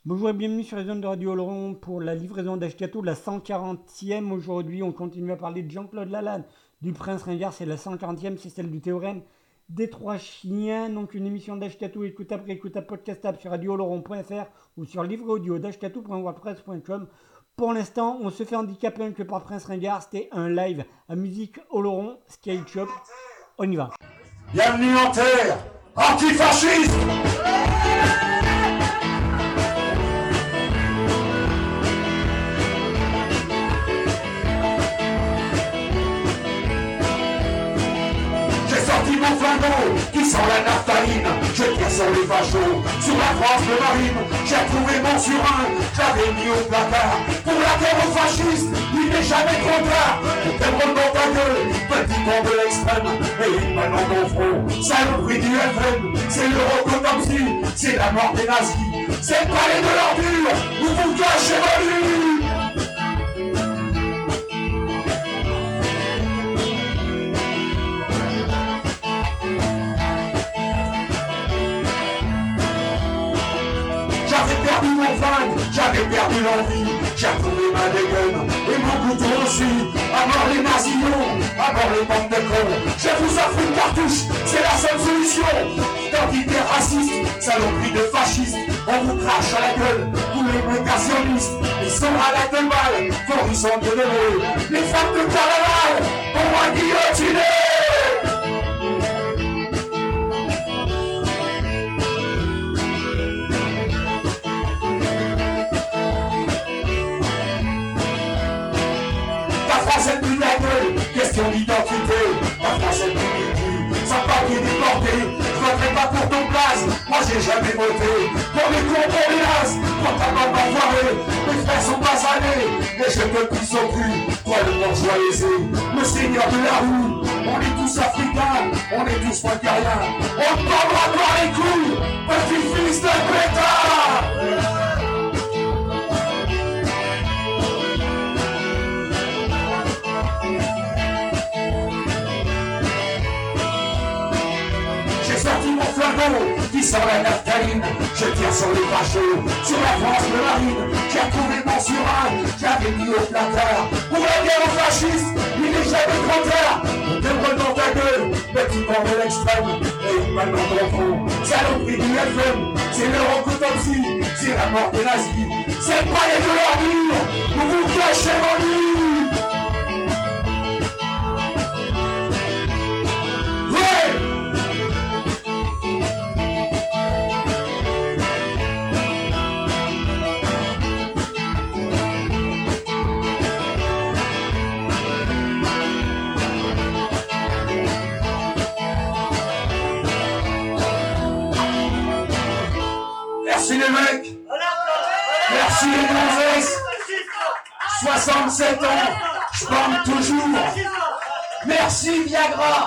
Bonjour et bienvenue sur les zones de Radio Laurent pour la livraison d'Ashkatou, la 140e. Aujourd'hui, on continue à parler de Jean-Claude Lalanne, du Prince Ringard. C'est la 140e, c'est celle du théorème des trois chiens. Donc une émission d'Ashkatou écoutable, réécoutable, podcastable sur radioloron.fr ou sur livre audio d'ashkatou.wordpress.com. Pour l'instant, on se fait handicaper que par Prince Ringard. C'était un live à musique Oloron, Skate Shop. On y va. Bienvenue en terre, antifasciste. J'ai sorti mon flingot qui sent la naphtaline. Je tire sur les fachos, sur la France de marine. J'ai trouvé mon surin, j'avais mis au placard. Pour la terre aux fascistes, il n'est jamais trop tard. On t'aime dans ta gueule, petit con de l'extrême. Et une balle dans ton front, saloperie du FN. C'est l'eurocotopsie, c'est la mort des nazis. C'est le palais de l'ordure, où vous cachez vos nuits. J'avais perdu mon flingue, j'avais perdu l'envie. J'ai retrouvé ma dégaine et mon couteau aussi. À mort les nazillons, à mort les bandes de cons. Je vous offre une cartouche, c'est la seule solution. Identité raciste, saloperie de fascistes. On vous crache à la gueule, tous les négationnistes. Ils sont à la de balle, florissant de l'eau. Les femmes de carnaval, on va guillotiner. C'est plus la gueule, question d'identité. La France est plus sans papier déporté. Je voterai pas pour ton place, moi j'ai jamais voté. Pour les cons, pour les as, pour ta maman enfoirée. Mes frères sont basanés, et je me pousse au cul. Toi le bourgeois aisé, le seigneur de la rue. On est tous africains, on est tous moins qu'à On ne prendra pas les couilles, petit fils de pétard. Sorti mon flingot qui sent la naphtaline. Je tire sur les fachos, sur la France de marine. J'ai retrouvé mon surin, j'avais mis au placard. Pour la guerre aux fascistes, il n'est jamais trop tard. On t'aimerait dans ta gueule, petit corps de l'extrême. Et une balle dans ton front, saloperie du FM. C'est l'eurocotopsie, c'est la mort des nazis. C'est le palais de l'ordure, où vous cachez vos nuits. Merci les mecs, merci les gonzesses, 67 ans, je parle toujours, merci Viagra.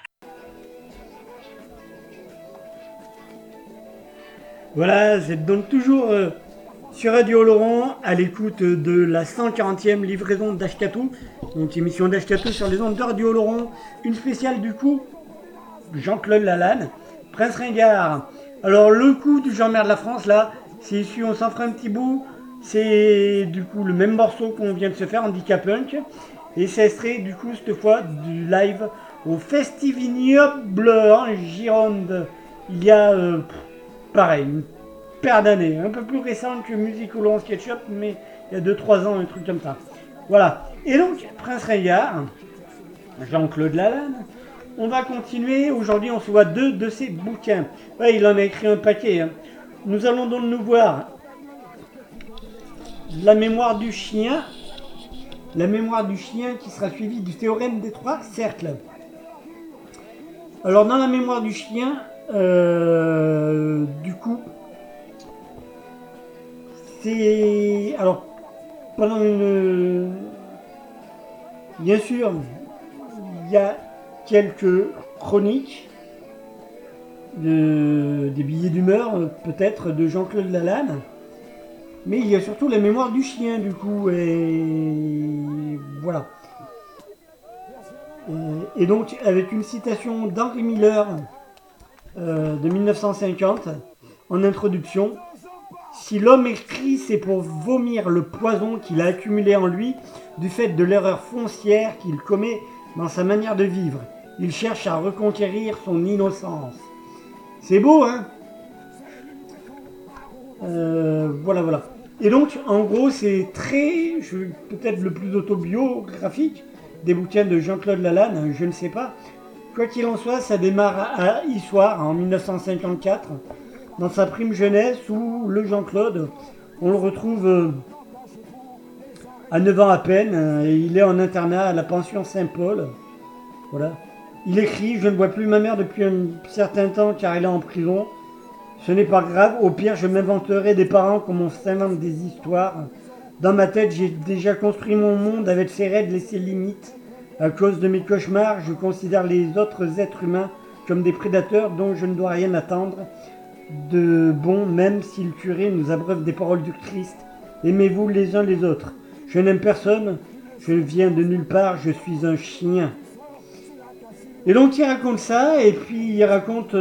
Voilà, c'est donc toujours sur Radio Laurent à l'écoute de la 140e livraison d'Ashkatou, donc émission d'Ashkatou sur les ondes de Radio Laurent, une spéciale du coup Jean-Claude Lalanne, Prince Ringard. Alors le coup du Jean-Mère de la France là, c'est issu, on s'en fera un petit bout, c'est du coup le même morceau qu'on vient de se faire, Handicap Punk, et c'est extrait du coup cette fois du live au Festivignoble en Gironde, il y a pareil, une paire d'années, un peu plus récente que Musique Oloron Sketchup, mais il y a 2-3 ans, un truc comme ça. Voilà, et donc Prince Ringard, Jean-Claude Lalanne. On va continuer, aujourd'hui on se voit 2 de ses bouquins. Ouais, il en a écrit un paquet. Hein. Nous allons donc nous voir La mémoire du chien. La mémoire du chien qui sera suivie du théorème des 3 cercles. Alors dans la mémoire du chien, du coup, c'est... Alors, pendant une... Bien sûr, il y a quelques chroniques, des billets d'humeur peut-être de Jean-Claude Lalanne, mais il y a surtout la mémoire du chien du coup, et voilà. Et donc avec une citation d'Henry Miller de 1950 en introduction, Si l'homme écrit, c'est pour vomir le poison qu'il a accumulé en lui du fait de l'erreur foncière qu'il commet dans sa manière de vivre. Il cherche à reconquérir son innocence. C'est beau, hein? Voilà. Et donc, en gros, c'est peut-être le plus autobiographique des bouquins de Jean-Claude Lalanne, je ne sais pas. Quoi qu'il en soit, ça démarre à Issoire en 1954, dans sa prime jeunesse, où le Jean-Claude, on le retrouve à 9 ans à peine, et il est en internat à la pension Saint-Paul. Voilà. Il écrit « Je ne vois plus ma mère depuis un certain temps car elle est en prison. Ce n'est pas grave, au pire je m'inventerai des parents comme on s'invente des histoires. Dans ma tête, j'ai déjà construit mon monde avec ses règles et ses limites. À cause de mes cauchemars, je considère les autres êtres humains comme des prédateurs dont je ne dois rien attendre de bon, même si le curé nous abreuve des paroles du Christ. Aimez-vous les uns les autres. Je n'aime personne, je viens de nulle part, je suis un chien. » Et donc il raconte ça, et puis il raconte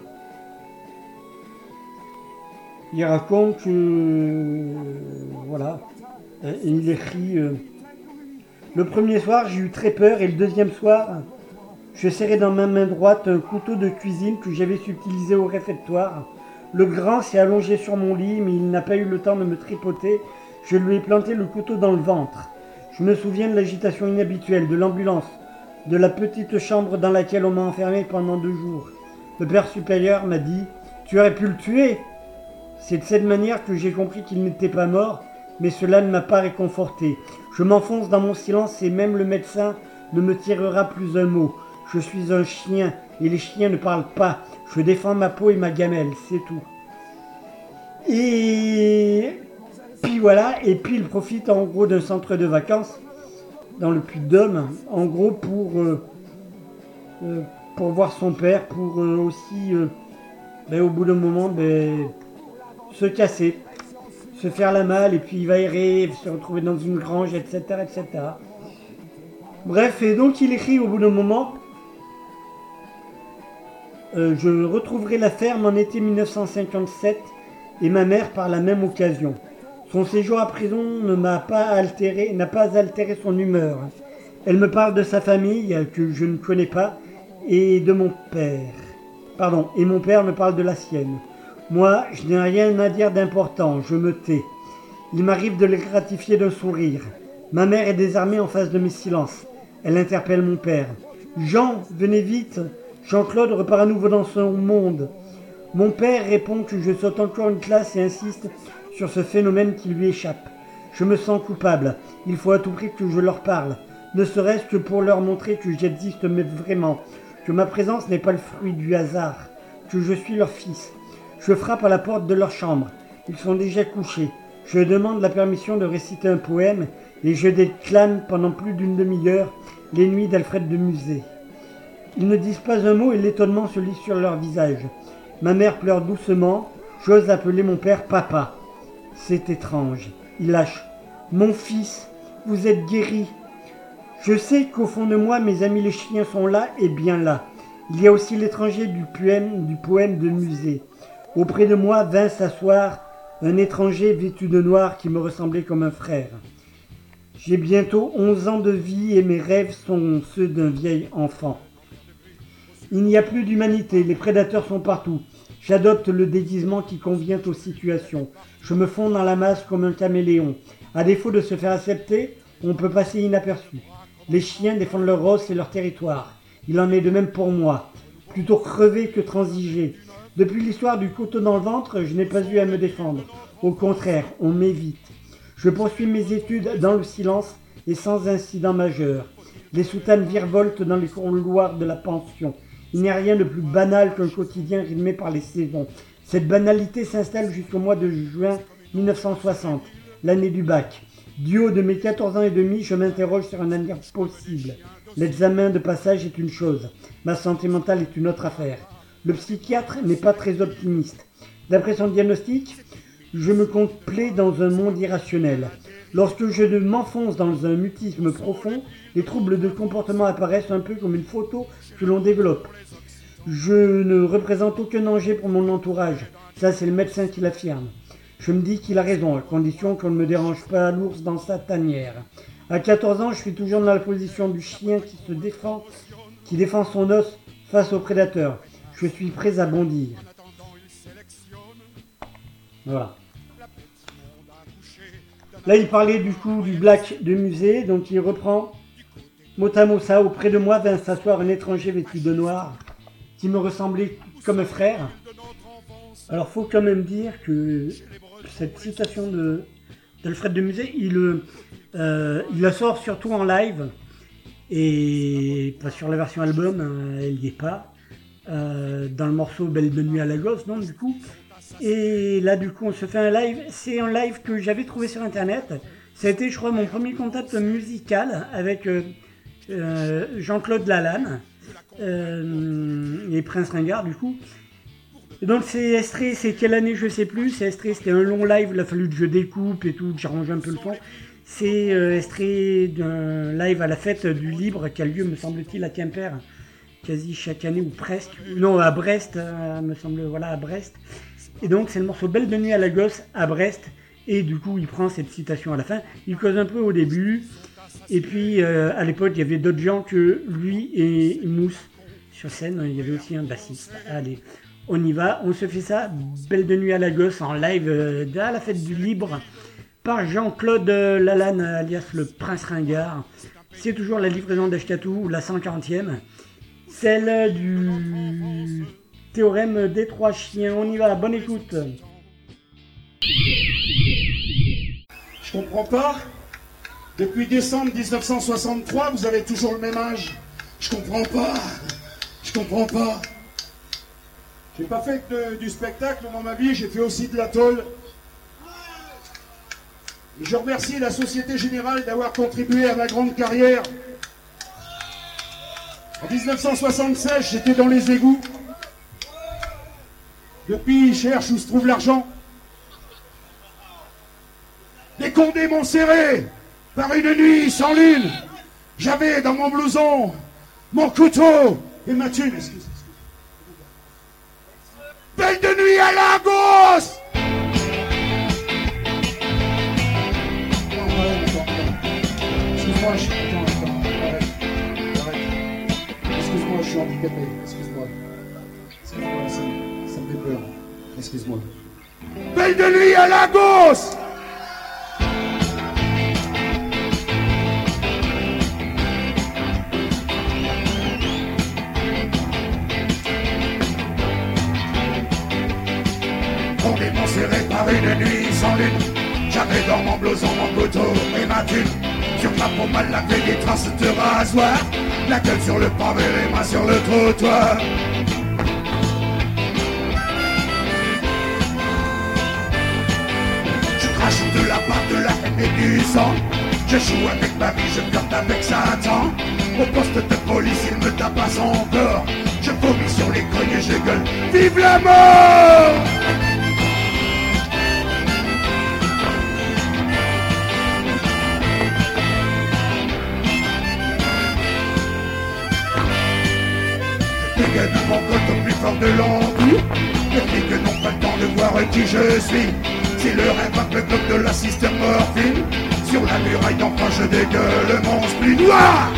voilà, et il écrit le premier soir j'ai eu très peur, et le deuxième soir je serrais dans ma main droite un couteau de cuisine que j'avais utilisé au réfectoire. Le grand s'est allongé sur mon lit, mais il n'a pas eu le temps de me tripoter. Je lui ai planté le couteau dans le ventre. Je me souviens de l'agitation inhabituelle, de l'ambulance, de la petite chambre dans laquelle on m'a enfermé pendant 2 jours. Le père supérieur m'a dit « Tu aurais pu le tuer !» C'est de cette manière que j'ai compris qu'il n'était pas mort, mais cela ne m'a pas réconforté. Je m'enfonce dans mon silence et même le médecin ne me tirera plus un mot. Je suis un chien et les chiens ne parlent pas. Je défends ma peau et ma gamelle, c'est tout. Et puis voilà, et puis il profite en gros d'un centre de vacances dans le Puy-de-Dôme, en gros pour voir son père, pour aussi, au bout d'un moment, se casser, se faire la malle, et puis il va errer, se retrouver dans une grange, etc., etc. Bref, et donc il écrit au bout d'un moment, je retrouverai la ferme en été 1957 et ma mère par la même occasion. Son séjour à prison n'a pas altéré son humeur. Elle me parle de sa famille, que je ne connais pas, et de mon père. Et mon père me parle de la sienne. Moi, je n'ai rien à dire d'important, je me tais. Il m'arrive de les gratifier d'un sourire. Ma mère est désarmée en face de mes silences. Elle interpelle mon père. « Jean, venez vite !» Jean-Claude repart à nouveau dans son monde. Mon père répond que je saute encore une classe et insiste sur ce phénomène qui lui échappe. Je me sens coupable. Il faut à tout prix que je leur parle, ne serait-ce que pour leur montrer que j'existe mais vraiment, que ma présence n'est pas le fruit du hasard, que je suis leur fils. Je frappe à la porte de leur chambre. Ils sont déjà couchés. Je demande la permission de réciter un poème et je déclame pendant plus d'une demi-heure les nuits d'Alfred de Musset. Ils ne disent pas un mot et l'étonnement se lit sur leur visage. Ma mère pleure doucement. J'ose appeler mon père papa. C'est étrange. Il lâche. Mon fils, vous êtes guéri. Je sais qu'au fond de moi, mes amis les chiens sont là et bien là. Il y a aussi l'étranger du poème de Musset. Auprès de moi vint s'asseoir un étranger vêtu de noir qui me ressemblait comme un frère. J'ai bientôt 11 ans de vie et mes rêves sont ceux d'un vieil enfant. Il n'y a plus d'humanité, les prédateurs sont partout. J'adopte le déguisement qui convient aux situations. Je me fonds dans la masse comme un caméléon. À défaut de se faire accepter, on peut passer inaperçu. Les chiens défendent leur os et leur territoire. Il en est de même pour moi. Plutôt crever que transiger. Depuis l'histoire du couteau dans le ventre, je n'ai pas eu à me défendre. Au contraire, on m'évite. Je poursuis mes études dans le silence et sans incident majeur. Les soutanes virevoltent dans les couloirs de la pension. Il n'y a rien de plus banal qu'un quotidien rythmé par les saisons. Cette banalité s'installe jusqu'au mois de juin 1960, l'année du bac. Du haut de mes 14 ans et demi, je m'interroge sur un avenir possible. L'examen de passage est une chose, ma santé mentale est une autre affaire. Le psychiatre n'est pas très optimiste. D'après son diagnostic, je me complais dans un monde irrationnel. Lorsque je m'enfonce dans un mutisme profond, les troubles de comportement apparaissent un peu comme une photo que l'on développe. Je ne représente aucun danger pour mon entourage. Ça, c'est le médecin qui l'affirme. Je me dis qu'il a raison, à condition qu'on ne me dérange pas l'ours dans sa tanière. À 14 ans, je suis toujours dans la position du chien qui défend son os face au prédateur. Je suis prêt à bondir. Voilà. Là, il parlait du coup du black de musée, donc il reprend mot à mot ça. Auprès de moi vint s'asseoir un étranger vêtu de noir qui me ressemblait comme un frère. Alors, faut quand même dire que cette citation d'Alfred de Musset, il la sort surtout en live et pas sur la version album, elle n'y est pas. Dans le morceau Belle de nuit à Lagos, donc du coup. Et là, du coup, on se fait un live. C'est un live que j'avais trouvé sur internet. Ça a été, je crois, mon premier contact musical avec Jean-Claude Lalanne et Prince Ringard, du coup. Et donc, c'est extrait, c'est quelle année, je sais plus. C'est extrait, c'était un long live. Il a fallu que je découpe et tout, que j'arrange un peu le son. C'est extrait d'un live à la fête du Libre qui a lieu, me semble-t-il, à Quimper, quasi chaque année ou presque. Non, à Brest, me semble, voilà, à Brest. Et donc, c'est le morceau Belle de nuit à Lagos, à Brest. Et du coup, il prend cette citation à la fin. Il cause un peu au début. Et puis, à l'époque, il y avait d'autres gens que lui et Mousse sur scène. Il y avait aussi un bassiste. Allez, on y va. On se fait ça. Belle de nuit à Lagos en live à la fête du Libre par Jean-Claude Lalanne, alias le Prince Ringard. C'est toujours la livraison d'Ashkatou, la 140e. Celle du théorème des trois chiens. On y va, bonne écoute. Je comprends pas. Depuis décembre 1963, vous avez toujours le même âge. Je comprends pas. Je comprends pas. J'ai pas fait que du spectacle dans ma vie, j'ai fait aussi de la tôle. Et je remercie la Société Générale d'avoir contribué à ma grande carrière. En 1976, j'étais dans les égouts. Depuis, je cherche où se trouve l'argent. Les condés m'ont serré par une nuit sans lune. J'avais dans mon blouson mon couteau et ma thune. Belle de nuit à Lagos. Excuse-moi, arrête. Excuse-moi, je suis handicapé. Excuse-moi, ça me fait peur. Excuse-moi. Belle de nuit à Lagos. Condamné serré par une nuit sans lune. J'avais dans mon blouson mon couteau et ma thune. Sur ma peau mal lavée des traces de rasoir. La gueule sur le pavé, les mains sur le trottoir. Je crache de la part de la haine et du sang. Je joue avec ma vie, je flirte avec Satan. Au poste de police, il me tabasse encore. Je vomis sur les cognes et je gueule. Vive la mort! Dégaine mon côte au plus fort de l'empire. Les flics n'ont pas le temps de voir qui je suis. C'est le rêve un peu glauque de la sister morphine. Sur la muraille d'enfant je dégueule mon spleen noir.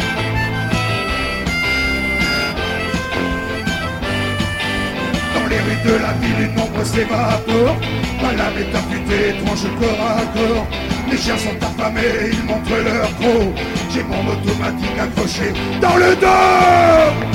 Dans les rues de la ville une ombre s'évapore. Ma lame est amputée, étrange corps à corps. Les chiens sont affamés, ils montrent leur croc. J'ai mon automatique accroché dans le dos.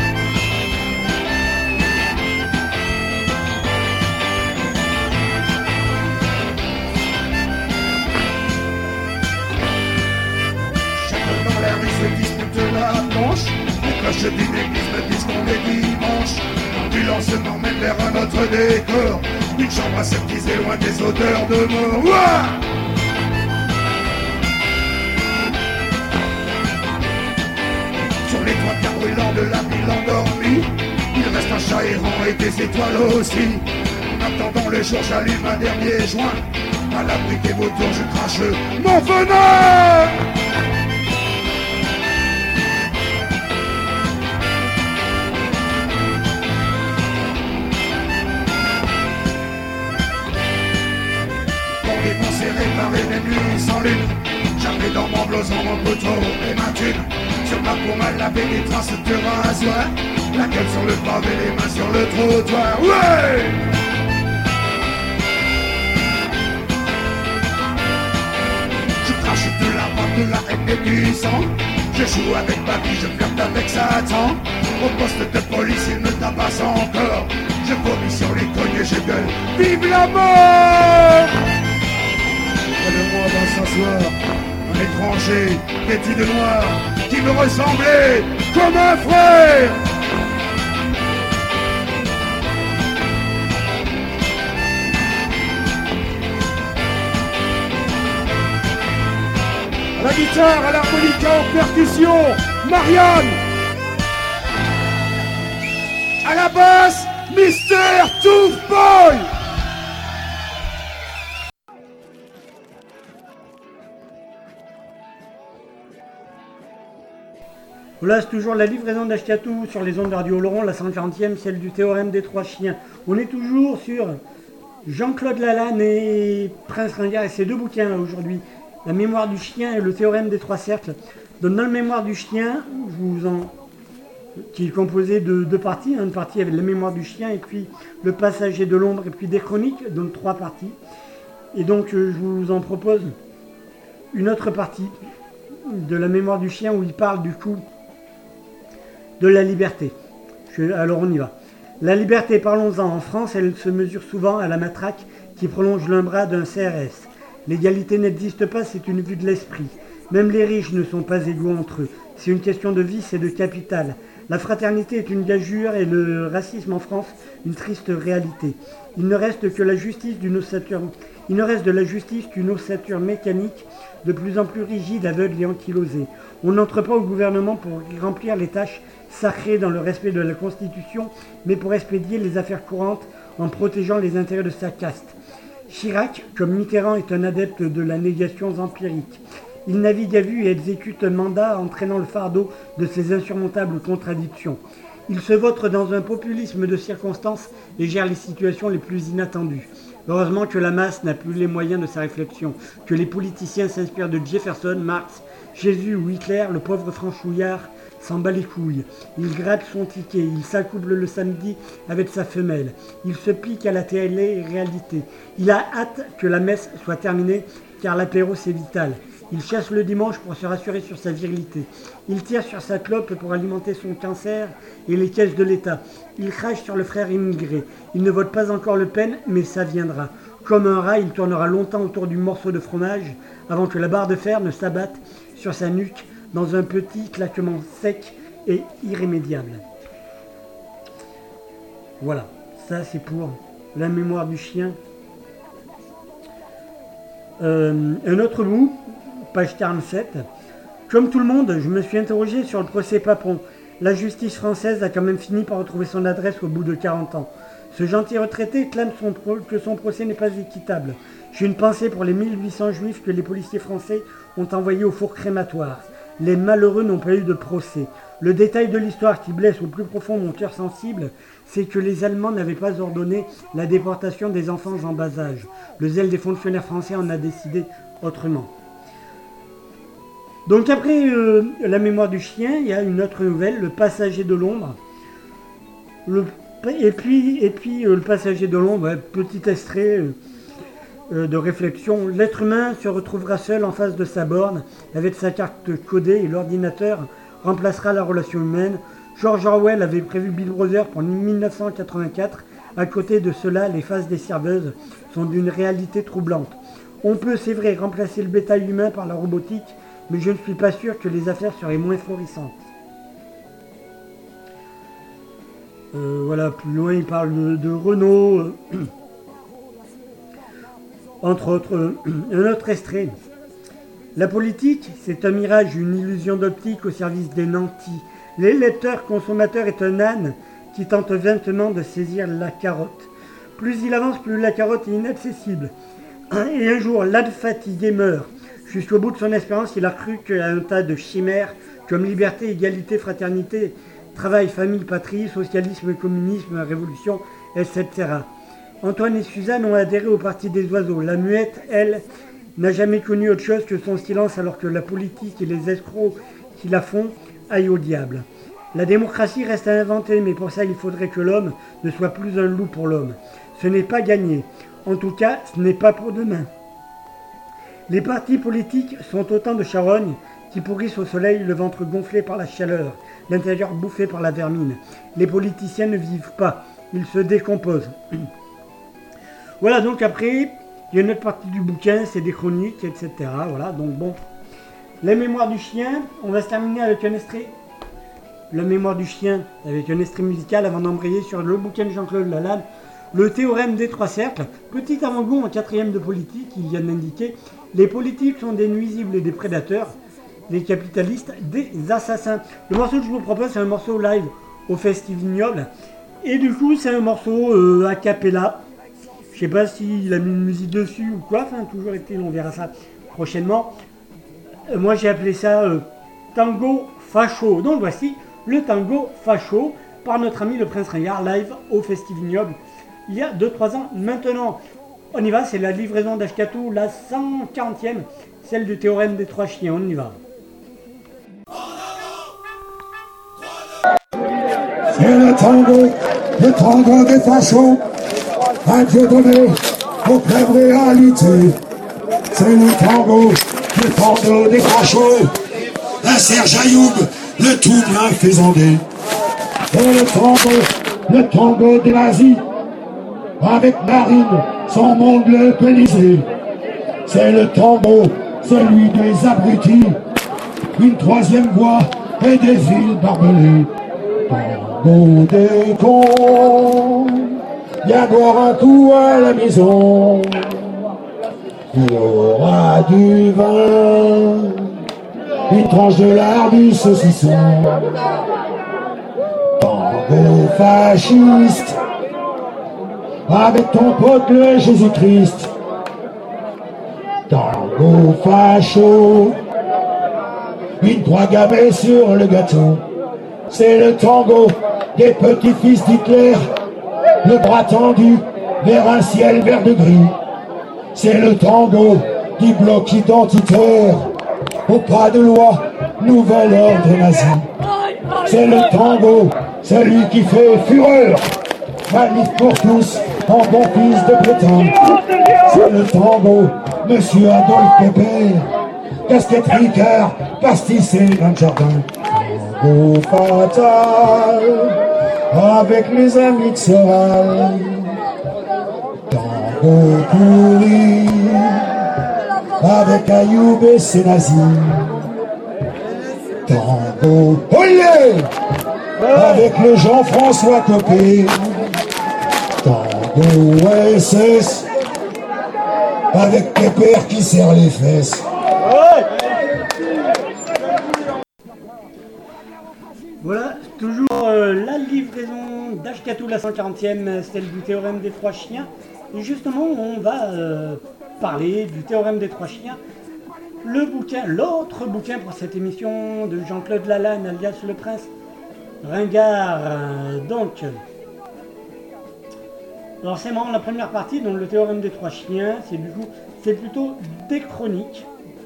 Se dispute la planche. Les cloches d'une église me disent qu'on est dimanche. L'ambulance m'emmène vers un autre décor. Une chambre aseptisée loin des odeurs de mort. Ouah! Sur les toits car brûlants de la ville endormie, il reste un chat errant et des étoiles aussi. En attendant le jour, j'allume un dernier joint. À l'abri des vautours, je crache mon venin. Ils vont serrer par une nuit sans lune. J'avais dans mon blouson mon couteau et ma thune. Sur ma pour mal laver des traces de rasoir. La gueule sur le pavé, les mains sur le trottoir. Ouais! Je crache de la vente de la haine des puissants. Je joue avec ma vie, je flirte avec Satan. Au poste de police, il me tabasse encore. Je vomis sur les cognes et je gueule. Vive la mort! Près-de-moi dans s'asseoir un étranger vêtu de noir qui me ressemblait comme un frère. À la guitare, à l'harmonica, en percussion, Marianne. À la basse, Mister Tooth Boy. Voilà, c'est toujours la livraison d'Ashkatou sur les ondes de Radio Laurent, la 140e, celle du théorème des trois chiens. On est toujours sur Jean-Claude Lalanne et Prince Ringard et ses deux bouquins aujourd'hui. La mémoire du chien et le théorème des trois cercles. Donc dans la mémoire du chien, qui est composé de deux parties. Une partie avec la mémoire du chien et puis le passager de l'ombre et puis des chroniques, donc trois parties. Et donc je vous en propose une autre partie de la mémoire du chien où il parle du coup de la liberté. Alors on y va. La liberté, parlons-en. En France, elle se mesure souvent à la matraque qui prolonge l'un bras d'un CRS. L'égalité n'existe pas, c'est une vue de l'esprit. Même les riches ne sont pas égaux entre eux. C'est une question de vice et de capital. La fraternité est une gageure et le racisme en France une triste réalité. Il ne reste de la justice qu'une ossature mécanique de plus en plus rigide, aveugle et ankylosée. On n'entre pas au gouvernement pour remplir les tâches sacrées dans le respect de la Constitution, mais pour expédier les affaires courantes en protégeant les intérêts de sa caste. Chirac, comme Mitterrand, est un adepte de la négation empirique. Il navigue à vue et exécute un mandat entraînant le fardeau de ses insurmontables contradictions. Il se vautre dans un populisme de circonstances et gère les situations les plus inattendues. Heureusement que la masse n'a plus les moyens de sa réflexion, que les politiciens s'inspirent de Jefferson, Marx, Jésus ou Hitler, le pauvre franchouillard s'en bat les couilles. Il gratte son ticket, il s'accouple le samedi avec sa femelle. Il se pique à la télé-réalité. Il a hâte que la messe soit terminée, car l'apéro c'est vital. Il chasse le dimanche pour se rassurer sur sa virilité. Il tire sur sa clope pour alimenter son cancer et les caisses de l'État. Il crache sur le frère immigré. Il ne vote pas encore Le Pen, mais ça viendra. Comme un rat, il tournera longtemps autour du morceau de fromage avant que la barre de fer ne s'abatte sur sa nuque dans un petit claquement sec et irrémédiable. Voilà, ça c'est pour la mémoire du chien. Un autre bout, page 47. Comme tout le monde, je me suis interrogé sur le procès Papon. La justice française a quand même fini par retrouver son adresse au bout de 40 ans. Ce gentil retraité clame que son procès n'est pas équitable. J'ai une pensée pour les 1800 juifs que les policiers français ont envoyés au four crématoire. Les malheureux n'ont pas eu de procès. Le détail de l'histoire qui blesse au plus profond mon cœur sensible, c'est que les Allemands n'avaient pas ordonné la déportation des enfants en bas âge. Le zèle des fonctionnaires français en a décidé autrement. Donc après la mémoire du chien, il y a une autre nouvelle, le passager de l'ombre. Et puis le passager de l'ombre, petit extrait de réflexion. L'être humain se retrouvera seul en face de sa borne avec sa carte codée et l'ordinateur remplacera la relation humaine. George Orwell avait prévu Big Brother pour 1984. À côté de cela, les faces des serveuses sont d'une réalité troublante. On peut, c'est vrai, remplacer le bétail humain par la robotique, mais je ne suis pas sûr que les affaires seraient moins florissantes. Voilà, plus loin, il parle de Renault, entre autres. Un autre extrait. La politique, c'est un mirage, une illusion d'optique au service des nantis. L'électeur consommateur est un âne qui tente vainement de saisir la carotte. Plus il avance, plus la carotte est inaccessible. Et un jour, l'âne fatigué meurt. Jusqu'au bout de son espérance, il a cru qu'à un tas de chimères comme liberté, égalité, fraternité, travail, famille, patrie, socialisme, communisme, révolution, etc. Antoine et Suzanne ont adhéré au Parti des oiseaux. La muette, elle, n'a jamais connu autre chose que son silence alors que la politique et les escrocs qui la font aillent au diable. La démocratie reste à inventer, mais pour ça il faudrait que l'homme ne soit plus un loup pour l'homme. Ce n'est pas gagné. En tout cas, ce n'est pas pour demain. Les partis politiques sont autant de charognes qui pourrissent au soleil, le ventre gonflé par la chaleur, l'intérieur bouffé par la vermine. Les politiciens ne vivent pas, ils se décomposent. Voilà, donc après, il y a une autre partie du bouquin, c'est des chroniques, etc. Voilà, donc bon. La mémoire du chien, on va se terminer avec un extrait. La mémoire du chien, avec un extrait musical avant d'embrayer sur le bouquin de Jean-Claude Lalanne, le théorème des trois cercles. Petit avant-goût en quatrième de politique, il vient d'indiquer, les politiques sont des nuisibles et des prédateurs, les capitalistes des assassins. Le morceau que je vous propose, c'est un morceau live au Festivignoble. Et du coup, c'est un morceau a cappella. Je sais pas s'il a mis une musique dessus ou quoi, enfin, toujours été, on verra ça prochainement. Moi, j'ai appelé ça Tango Facho. Donc voici le Tango Facho par notre ami le Prince Ringard, live au Festivignoble, il y a 2-3 ans maintenant. On y va, c'est la livraison d'Ashkatou, la 140e, celle du théorème des trois chiens, on y va. C'est le tango des fachos, un Dieu donné, aucune réalité. C'est le tango des fachos, un Serge Ayoub, le tout bien faisandé. C'est le tango des nazis, avec Marine, son ongle pénisé. C'est le tango, celui des abrutis, une troisième voie et des villes barbelées. Tango des cons, viens boire un coup à la maison. Il y aura du vin, une tranche de lard, du saucisson. Tango fasciste, avec ton pote le Jésus-Christ. Tango facho, une croix gammée sur le gâteau. C'est le tango des petits-fils d'Hitler, le bras tendu vers un ciel vert de gris. C'est le tango du bloc identitaire, au pas de loi, nouvel ordre nazi. C'est le tango, celui qui fait fureur, manif pour tous, en bon fils de Pétain. C'est le tango, monsieur Adolphe Pépère, casquette Ricard, pastissé dans le jardin. Tango fatal, avec les amis de Soral. Tango pourri, avec Ayoub et ses nazis. Tango, olé, avec le Jean-François Copé. Tango SS, avec Pépère qui serre les fesses. Voilà, toujours la livraison d'Ashkatou, la 140e, celle du théorème des trois chiens. Et justement, on va parler du théorème des trois chiens. Le bouquin, l'autre bouquin pour cette émission de Jean-Claude Lalanne, alias le Prince Ringard. Donc, alors c'est marrant, la première partie, donc le théorème des trois chiens, c'est plutôt des chroniques.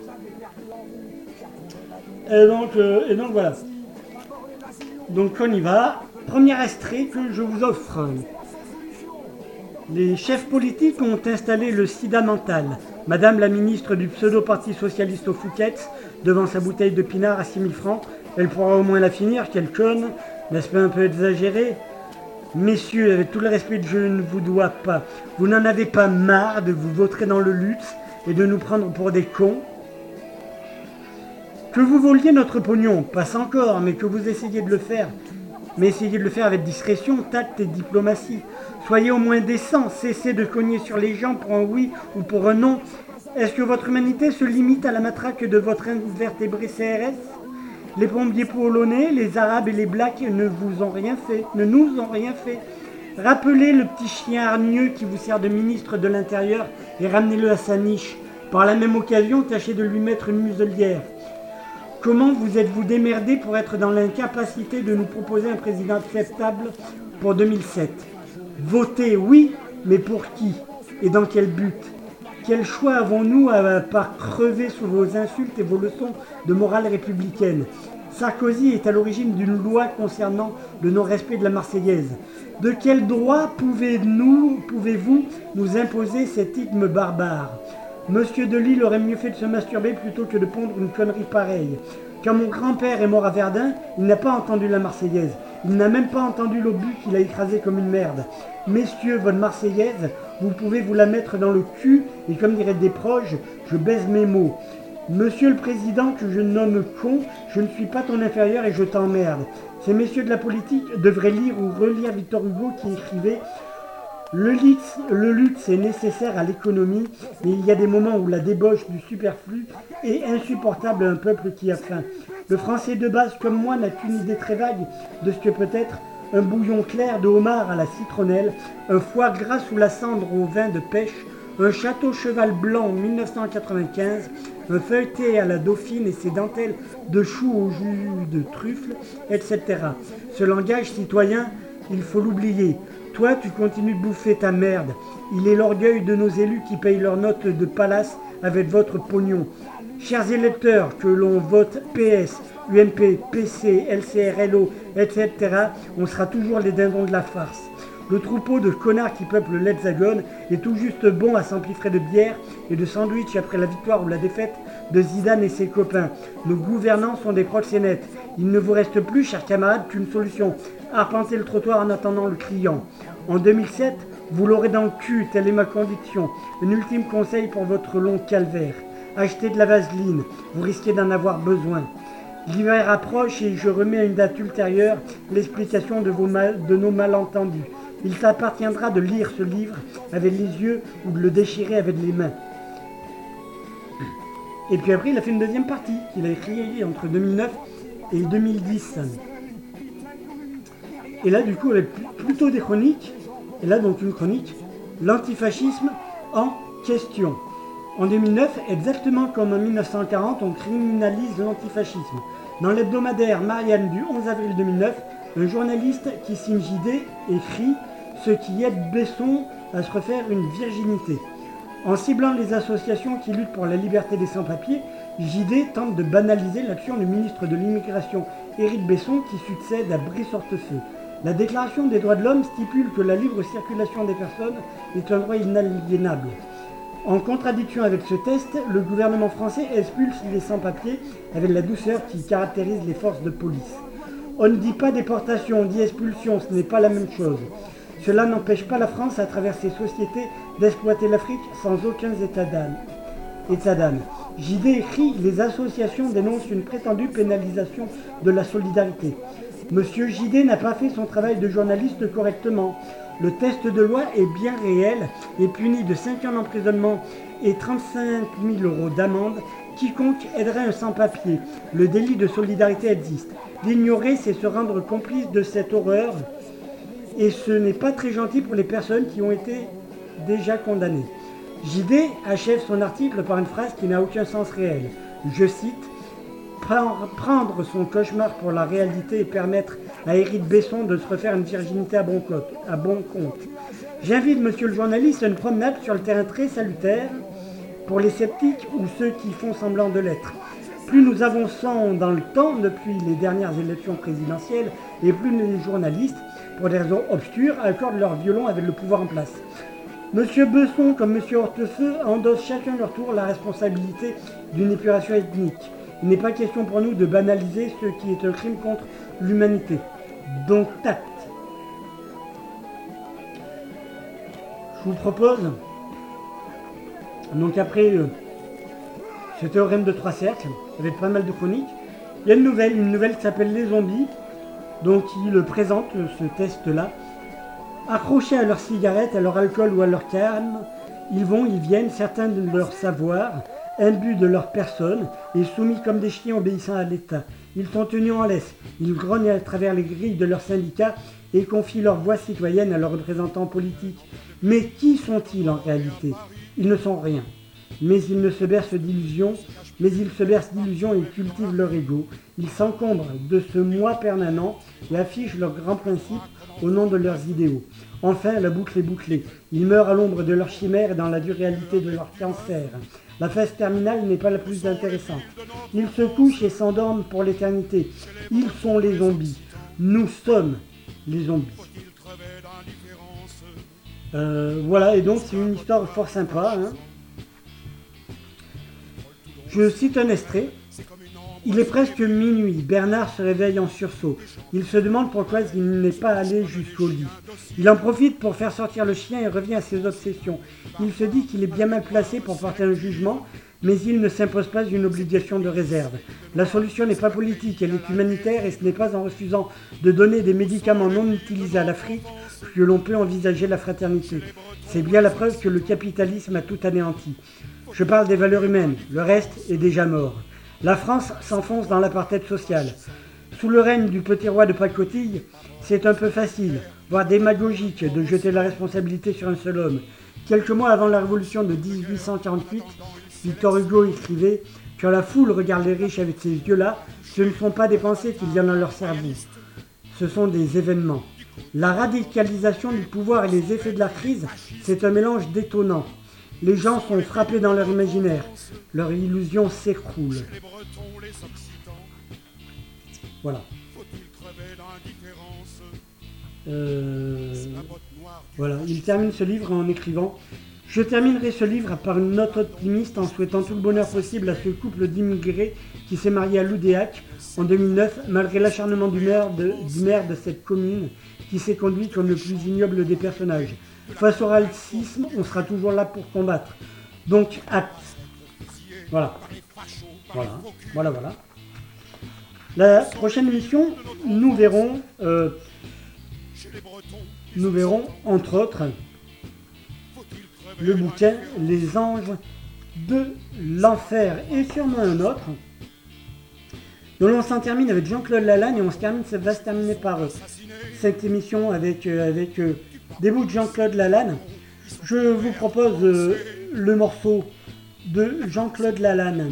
Et donc voilà. Donc on y va. Premier extrait que je vous offre. Les chefs politiques ont installé le sida mental. Madame la ministre du pseudo-parti socialiste au Fouquet's, devant sa bouteille de pinard à 6 000 francs, elle pourra au moins la finir, quelle conne, n'est-ce pas un peu exagéré? Messieurs, avec tout le respect que je ne vous dois pas, vous n'en avez pas marre de vous vautrer dans le luxe et de nous prendre pour des cons? Que vous voliez notre pognon, passe encore, mais que vous essayiez de le faire. Mais essayez de le faire avec discrétion, tact et diplomatie. Soyez au moins décents, cessez de cogner sur les gens pour un oui ou pour un non. Est-ce que votre humanité se limite à la matraque de votre invertébré CRS? Les pompiers polonais, les arabes et les blacks ne nous ont rien fait. Rappelez le petit chien hargneux qui vous sert de ministre de l'Intérieur et ramenez-le à sa niche. Par la même occasion, tâchez de lui mettre une muselière. Comment vous êtes-vous démerdé pour être dans l'incapacité de nous proposer un président acceptable pour 2007? Votez oui Mais pour qui? Et dans quel but? Quel choix avons-nous à part crever sous vos insultes et vos leçons de morale républicaine? Sarkozy est à l'origine d'une loi concernant le non-respect de la Marseillaise. De quel droit pouvez-vous nous imposer cet rythme barbare? Monsieur Delisle aurait mieux fait de se masturber plutôt que de pondre une connerie pareille. Quand mon grand-père est mort à Verdun, il n'a pas entendu la Marseillaise. Il n'a même pas entendu l'obus qu'il a écrasé comme une merde. Messieurs, votre Marseillaise, vous pouvez vous la mettre dans le cul et comme diraient des proches, je baise mes mots. Monsieur le Président que je nomme con, je ne suis pas ton inférieur et je t'emmerde. Ces messieurs de la politique devraient lire ou relire Victor Hugo qui écrivait « Le luxe est nécessaire à l'économie, mais il y a des moments où la débauche du superflu est insupportable à un peuple qui a faim. Le Français de base comme moi n'a qu'une idée très vague de ce que peut être un bouillon clair de homard à la citronnelle, un foie gras sous la cendre au vin de pêche, un château cheval blanc 1995, un feuilleté à la dauphine et ses dentelles de choux au jus de truffe, etc. Ce langage citoyen, il faut l'oublier. Toi, tu continues de bouffer ta merde. Il est l'orgueil de nos élus qui payent leurs notes de palace avec votre pognon. Chers électeurs, que l'on vote PS, UMP, PC, LCR, LO, etc., on sera toujours les dindons de la farce. Le troupeau de connards qui peuple l'Hexagone est tout juste bon à s'empiffrer de bière et de sandwich après la victoire ou la défaite de Zidane et ses copains. Nos gouvernants sont des proxénètes. Il ne vous reste plus, chers camarades, qu'une solution. Arpenter le trottoir en attendant le client. En 2007, vous l'aurez dans le cul, telle est ma conviction. Un ultime conseil pour votre long calvaire. Achetez de la vaseline, vous risquez d'en avoir besoin. L'hiver approche et je remets à une date ultérieure l'explication de nos malentendus. Il t'appartiendra de lire ce livre avec les yeux ou de le déchirer avec les mains. Et puis après, il a fait une deuxième partie qu'il a écrite entre 2009 et 2010. Et là, du coup, avec plutôt des chroniques. Et là, donc, une chronique, l'antifascisme en question. En 2009, exactement comme en 1940, on criminalise l'antifascisme. Dans l'hebdomadaire Marianne du 11 avril 2009, un journaliste qui signe JD écrit « Ce qui aide Besson à se refaire une virginité ». En ciblant les associations qui luttent pour la liberté des sans-papiers, JD tente de banaliser l'action du ministre de l'Immigration, Éric Besson, qui succède à Brice Hortefeux. La Déclaration des droits de l'homme stipule que la libre circulation des personnes est un droit inaliénable. En contradiction avec ce test, le gouvernement français expulse les sans-papiers avec la douceur qui caractérise les forces de police. On ne dit pas déportation, on dit expulsion, ce n'est pas la même chose. Cela n'empêche pas la France, à travers ses sociétés, d'exploiter l'Afrique sans aucun état d'âme. JD écrit « Les associations dénoncent une prétendue pénalisation de la solidarité ». Monsieur JD n'a pas fait son travail de journaliste correctement. Le test de loi est bien réel et punit de 5 ans d'emprisonnement et 35 000 € d'amende quiconque aiderait un sans-papier. Le délit de solidarité existe. L'ignorer, c'est se rendre complice de cette horreur et ce n'est pas très gentil pour les personnes qui ont été déjà condamnées. JD achève son article par une phrase qui n'a aucun sens réel. Je cite « Prendre son cauchemar pour la réalité et permettre à Éric Besson de se refaire une virginité à bon compte. J'invite monsieur le journaliste à une promenade sur le terrain très salutaire pour les sceptiques ou ceux qui font semblant de l'être. Plus nous avançons dans le temps depuis les dernières élections présidentielles et plus les journalistes, pour des raisons obscures, accordent leur violon avec le pouvoir en place. Monsieur Besson comme monsieur Hortefeux endossent chacun leur tour la responsabilité d'une épuration ethnique. Il n'est pas question pour nous de banaliser ce qui est un crime contre l'humanité. Donc tact. Je vous propose, donc après ce théorème de 3 cercles, avec pas mal de chroniques, il y a une nouvelle qui s'appelle Les Zombies, donc qui le présente, ce test-là. Accrochés à leurs cigarettes, à leur alcool ou à leur canne, ils viennent, certains de leur savoir, imbus de leur personne et soumis comme des chiens obéissant à l'État. Ils sont tenus en laisse, ils grognent à travers les grilles de leurs syndicats et confient leur voix citoyenne à leurs représentants politiques. Mais qui sont-ils en réalité? Ils ne sont rien. mais ils se bercent d'illusions et cultivent leur ego. Ils s'encombrent de ce moi permanent et affichent leurs grands principes au nom de leurs idéaux. Enfin, la boucle est bouclée. Ils meurent à l'ombre de leurs chimères et dans la dure réalité de leur cancer. La phase terminale n'est pas la plus intéressante. Ils se couchent et s'endorment pour l'éternité. Ils sont les zombies. Nous sommes les zombies. Voilà, et donc c'est une histoire fort sympa. Hein. Je cite un extrait. Il est presque minuit. Bernard se réveille en sursaut. Il se demande pourquoi il n'est pas allé jusqu'au lit. Il en profite pour faire sortir le chien et revient à ses obsessions. Il se dit qu'il est bien mal placé pour porter un jugement, mais il ne s'impose pas une obligation de réserve. La solution n'est pas politique, elle est humanitaire et ce n'est pas en refusant de donner des médicaments non utilisés à l'Afrique que l'on peut envisager la fraternité. C'est bien la preuve que le capitalisme a tout anéanti. Je parle des valeurs humaines, le reste est déjà mort. La France s'enfonce dans l'apartheid social. Sous le règne du petit roi de pacotille, c'est un peu facile, voire démagogique, de jeter la responsabilité sur un seul homme. Quelques mois avant la révolution de 1848, Victor Hugo écrivait « Quand la foule regarde les riches avec ces yeux-là, ce ne sont pas des pensées qu'il y a dans leur cerveau. Ce sont des événements. » La radicalisation du pouvoir et les effets de la crise, c'est un mélange détonnant. Les gens sont frappés dans leur imaginaire. Leur illusion s'écroule. Voilà. Voilà. Il termine ce livre en écrivant « Je terminerai ce livre par une note optimiste en souhaitant tout le bonheur possible à ce couple d'immigrés qui s'est marié à Loudéac en 2009, malgré l'acharnement du maire de cette commune qui s'est conduit comme le plus ignoble des personnages. Face au racisme, on sera toujours là pour combattre. Donc, acte. » Voilà. Voilà. La prochaine émission, nous verrons, entre autres, le bouquin « Les anges de l'enfer » et sûrement un autre. Donc on s'en termine avec Jean-Claude Lalanne et va se terminer par cette émission avec des bouts de Jean-Claude Lalanne. Je vous propose le morceau de Jean-Claude Lalanne.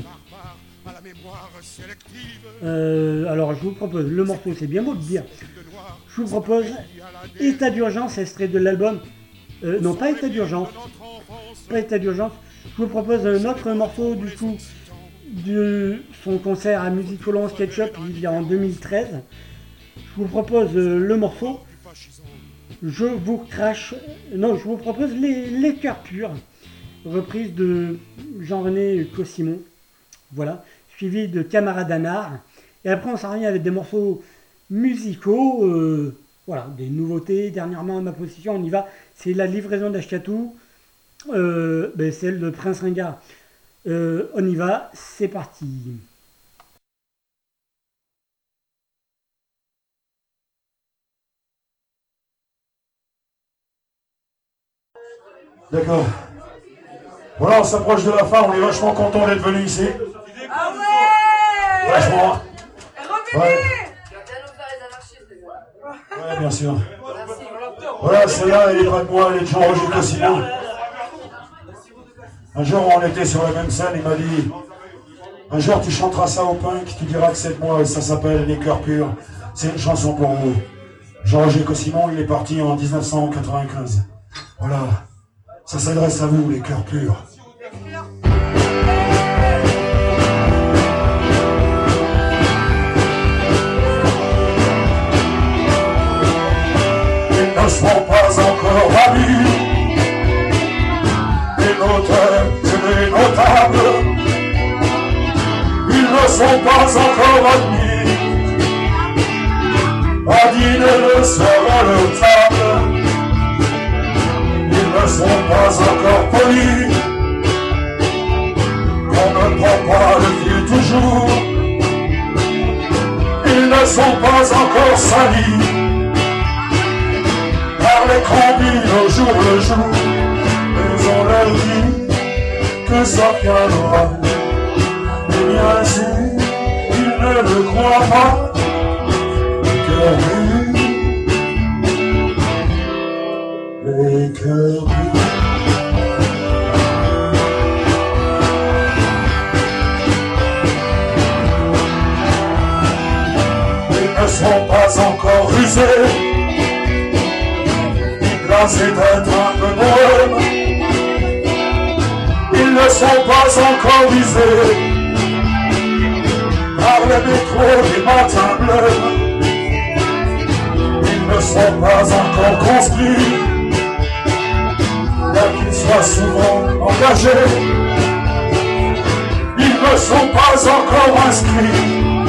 Alors je vous propose le morceau, c'est bien beau de dire. Je vous propose État d'urgence, extrait de l'album. Non, pas État d'urgence. Je vous propose un autre morceau du coup de son concert à Musicolon Sketchup il y a en 2013. Je vous propose le morceau. Je vous propose les cœurs purs, reprise de Jean-René Cossimon. Voilà, suivi de Camarade Anard. Et après on s'en revient avec des morceaux musicaux, voilà, des nouveautés. Dernièrement à ma position, on y va. C'est la livraison d'Ashkatou, celle de Prince Ringard. On y va, c'est parti. D'accord. Voilà, on s'approche de la fin, on est vachement content d'être venu ici. Ah ouais! Vachement. Revenez! Ouais. Ouais, bien sûr. Voilà, celle-là, elle est pas de moi, elle est de Jean-Roger Cossimon. Un jour, on était sur la même scène, il m'a dit « Un jour, tu chanteras ça au punk, tu diras que c'est de moi, et ça s'appelle Les Cœurs Purs. C'est une chanson pour vous. » Jean-Roger Cossimon, il est parti en 1995. Voilà. Ça s'adresse à vous, les cœurs purs. Ils ne sont pas encore amis, les notaires et les notables. Ils ne sont pas encore admis à dîner le soir à leur table. Ils ne sont pas encore polis, on ne prend pas le fil toujours. Ils ne sont pas encore salis par les combines au jour le jour. Mais on leur dit que ça viendra, et bien sûr, ils ne le croient pas. Cœur les cœurs pas encore usés. Ils glacés d'être un peu bohèmes. Ils ne sont pas encore visés par le métro des matins bleus. Ils ne sont pas encore construits, bien qu'ils soient souvent engagés. Ils ne sont pas encore inscrits,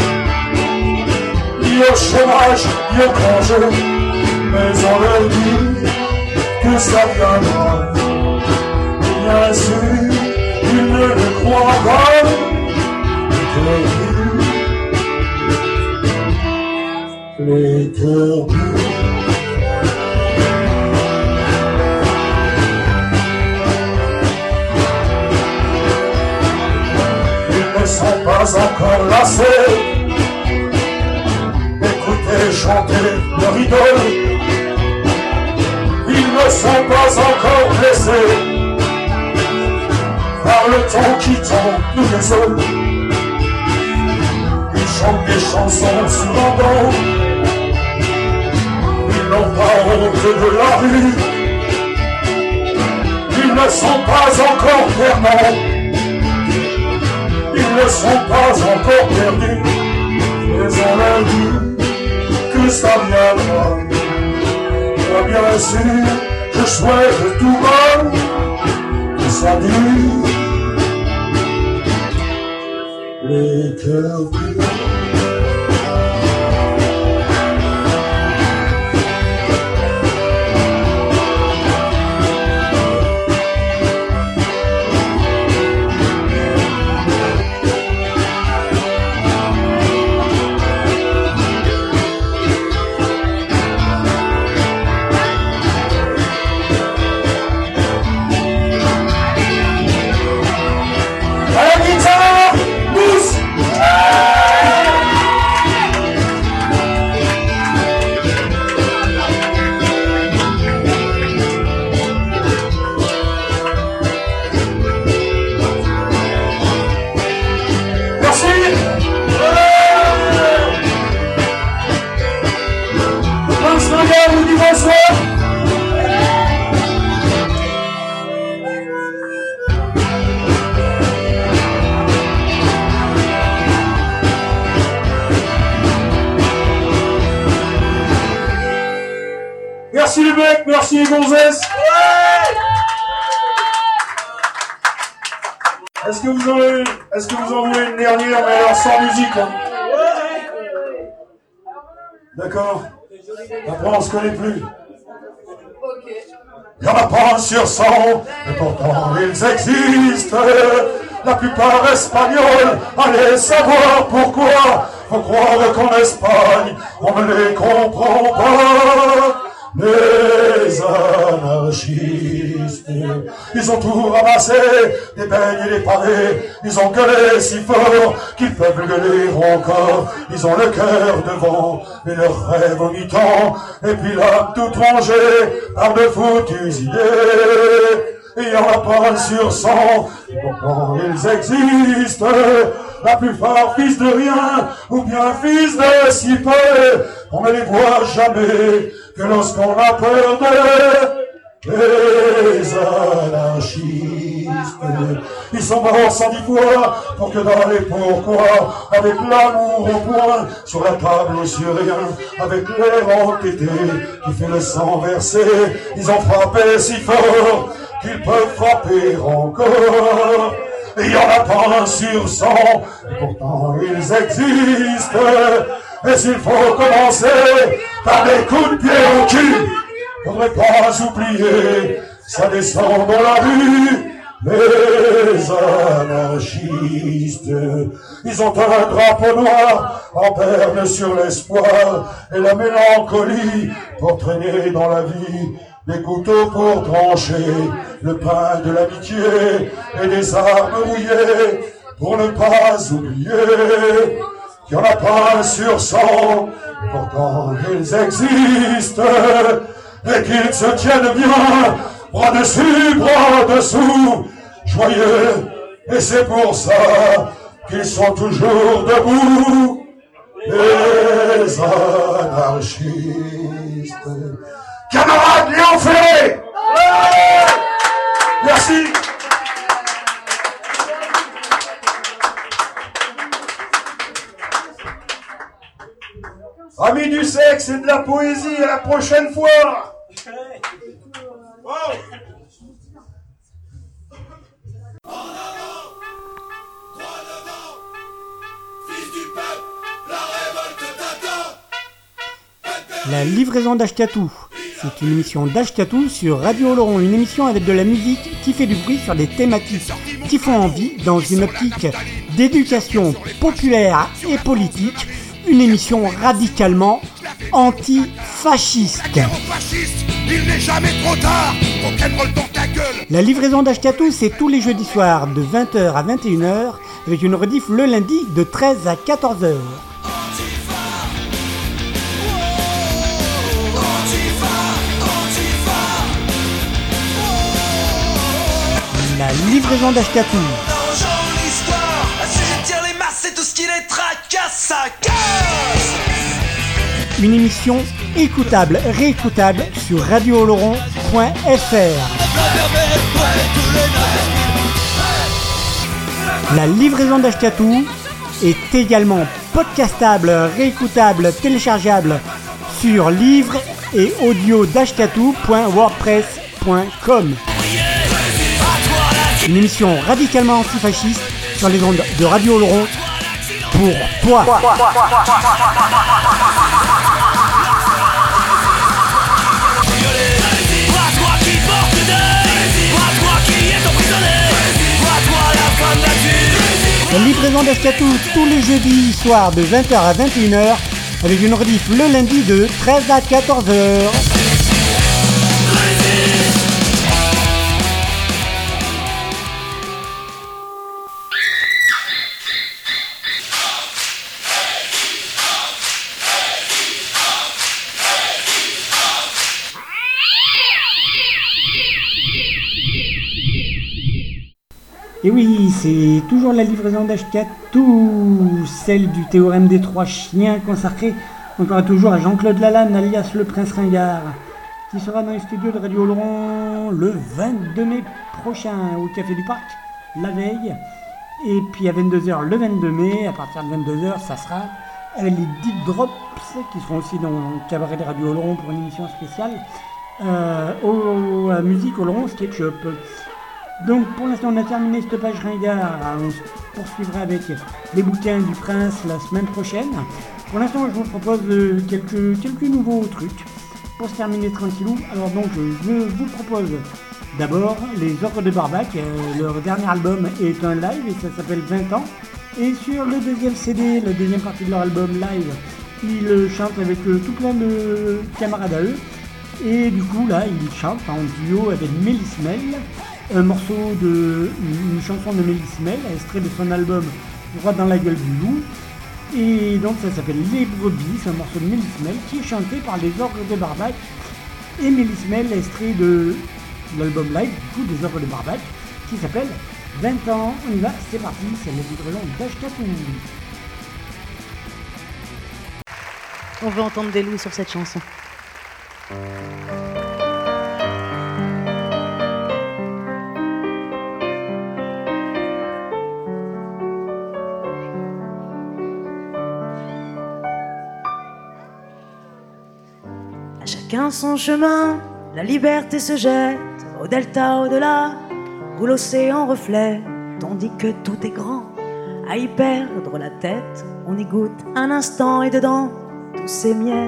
ni au chômage, ni au congé. Mais on leur dit que ça viendra. Bien sûr, ils ne le croient pas. Les cœurs bleus. Ils ne sont pas encore lassés d'écouter chanter leur idole. Ils ne sont pas encore blessés par le temps qui tombe nous désole. Ils chantent des chansons sous l'endroit. Ils n'ont pas honte de la rue. Ils ne sont pas encore fermés. Ils ne sont pas encore perdus. Mais on leur dit que ça viendra. Moi bien sûr, je souhaite tout bas que ça dure. Les cœurs bleus. Merci les mecs, merci les gonzesses. Est-ce que vous en voulez une dernière, mais alors sans musique hein? D'accord. Après on se connaît plus. Il n'y en a pas sur 100, et pourtant ils existent. La plupart espagnols, allez savoir pourquoi. Faut croire qu'en Espagne, on ne les comprend pas. Les anarchistes, ils ont tout ramassé, des beignes et des pavés, ils ont gueulé si fort qu'ils peuvent gueuler encore. Ils ont le cœur devant et leur rêve au mi-temps, et puis l'âme toute rongée par de foutues idées. Il y en a pas sur 100, et pourtant ils existent. La plupart fils de rien, ou bien fils de si peu, on ne les voit jamais que lorsqu'on a peur d'eux. Les anarchistes, ils sont morts 110 fois pour que dans les pourquoi, avec l'amour au point, sur la table ou sur rien, avec l'air entêté qui fait le sang verser, ils ont frappé si fort qu'ils peuvent frapper encore. Il y en a pas un sur 100, et pourtant ils existent. Et s'il faut commencer par des coups de pied au cul, faudrait pas oublier, ça descend dans la rue. Les anarchistes, ils ont un drapeau noir en berne sur l'espoir et la mélancolie pour traîner dans la vie. Des couteaux pour trancher, le pain de l'amitié et des armes rouillées pour ne pas oublier qu'il n'y en a pas un sur 100, pourtant ils existent et qu'ils se tiennent bien, bras dessus, bras dessous, joyeux, et c'est pour ça qu'ils sont toujours debout. les anarchistes. Camarade Léon Ferré. Merci. Amis du sexe et de la poésie, à la prochaine fois. Wow. La livraison d'Ashkatou, c'est une émission d'Ashkatou sur Radio Oloron, une émission avec de la musique qui fait du bruit sur des thématiques qui font envie dans une optique d'éducation populaire et politique, une émission radicalement antifasciste. Il n'est jamais trop tard, rock'n'roll dans ta gueule. La livraison d'Ashkatou, c'est tous les jeudis soirs de 20h à 21h avec une rediff le lundi de 13 à 14h. La livraison d'Ashkatou. Une émission écoutable, réécoutable sur radiooloron.fr. La livraison d'Ashkatou est également podcastable, réécoutable, téléchargeable sur livre et audio d'ashkatou.wordpress.com. Une émission radicalement antifasciste sur les ondes de Radio Oloron pour toi. La livraison d'Ashkatou tous les jeudis soirs de 20h à 21h avec une rediff le lundi de 13 à 14h. Et oui, c'est toujours la livraison d'Ashkatou, celle du théorème des trois chiens consacré encore et toujours à Jean-Claude Lalanne, alias le Prince Ringard, qui sera dans les studios de Radio Oloron le 22 mai prochain au Café du Parc, la veille. Et puis à 22h le 22 mai, à partir de 22h, ça sera avec les Deep Drops, qui seront aussi dans le cabaret de Radio Oloron pour une émission spéciale, à Musique Oloron Sketchup. Donc pour l'instant on a terminé cette page Ringard, on se poursuivra avec les bouquins du Prince la semaine prochaine. Pour l'instant je vous propose quelques nouveaux trucs pour se terminer tranquillou. Alors donc je vous propose d'abord les Ordres de Barbac, leur dernier album est un live et ça s'appelle 20 ans. Et sur le deuxième CD, la deuxième partie de leur album live, ils chantent avec tout plein de camarades à eux. Et du coup là ils chantent en duo avec Mélisse Mel. Une chanson de Mélisse Mel, extrait de son album Droit dans la gueule du loup. Et donc ça s'appelle Les Brebis, c'est un morceau de Mélisse Mel qui est chanté par les Ordres de Barbac. Et Mélisse Mel, extrait de l'album live du coup des Ordres de Barbac, qui s'appelle 20 ans. On y va, c'est parti, c'est la livraison d'Ashkatou. On veut entendre des loups sur cette chanson. Chacun son chemin, la liberté se jette au delta au-delà, où l'océan reflète, tandis que tout est grand. À y perdre la tête, on y goûte un instant et dedans, tous ces miettes.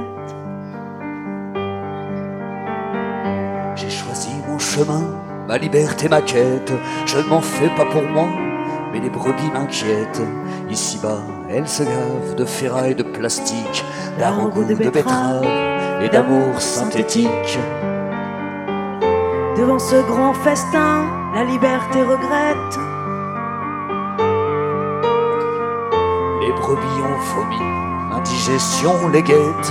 J'ai choisi mon chemin, ma liberté, ma quête. Je ne m'en fais pas pour moi, mais les brebis m'inquiètent. Ici-bas, elles se gavent de ferraille, de plastique, d'argot de betterave et d'amour synthétique. Devant ce grand festin, la liberté regrette. Les brebis ont vomi, indigestion les guette.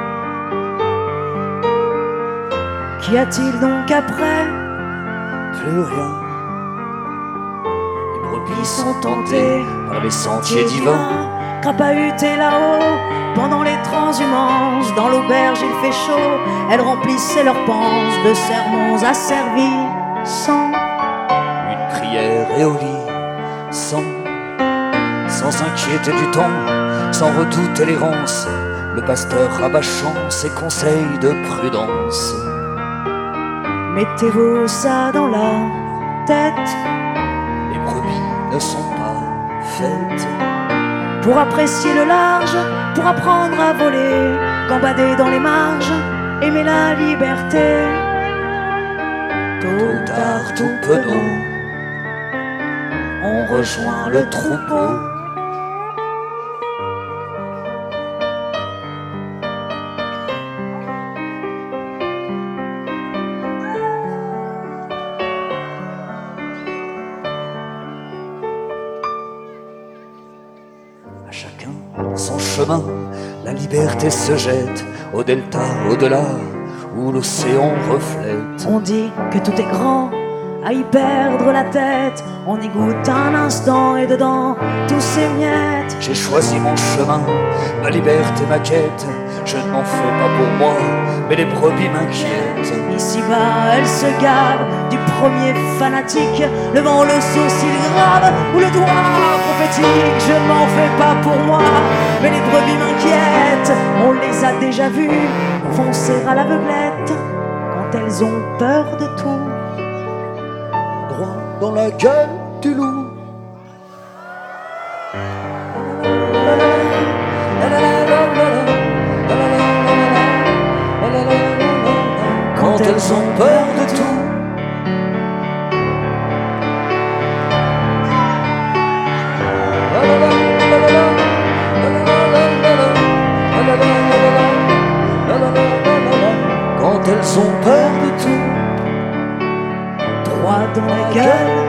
Qu'y a-t-il donc après? Plus rien. Les brebis sont tentées par les sentiers divins. crapahuté là-haut. Pendant les transhumances, dans l'auberge il fait chaud. Elles remplissaient leurs panses de sermons asservis sans une prière et au lit, sans s'inquiéter du temps, sans redouter l'errance, le pasteur rabâchant ses conseils de prudence. Mettez-vous ça dans la tête, les brebis ne sont pas faites pour apprécier le large, pour apprendre à voler, gambader dans les marges, aimer la liberté. Tôt ou tard, tout penaud, on rejoint le troupeau. À chacun son chemin, la liberté se jette au delta, au-delà, où l'océan reflète. On dit que tout est grand, à y perdre la tête. On y goûte un instant et dedans tous ces miettes. J'ai choisi mon chemin, ma liberté, ma quête. Je ne m'en fais pas pour moi, mais les brebis m'inquiètent. Ici-bas, elle se gave du premier fanatique, levant le sourcil grave ou le doigt prophétique. Je m'en fais pas pour moi, mais les brebis m'inquiètent. On les a déjà vues foncer à l'aveuglette quand elles ont peur de tout. Droit dans la gueule du loup. Quand elles ont peur de tout. Quand elles ont peur de tout. Droit dans la gueule.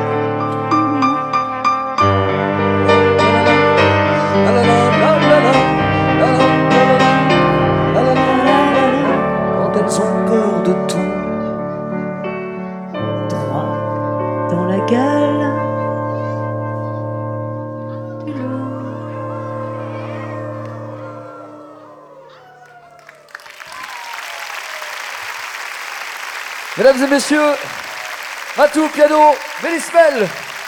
Quand elles ont peur de tout. Droit dans la gueule du loup. Mesdames et messieurs, Matou au piano, Mélismel.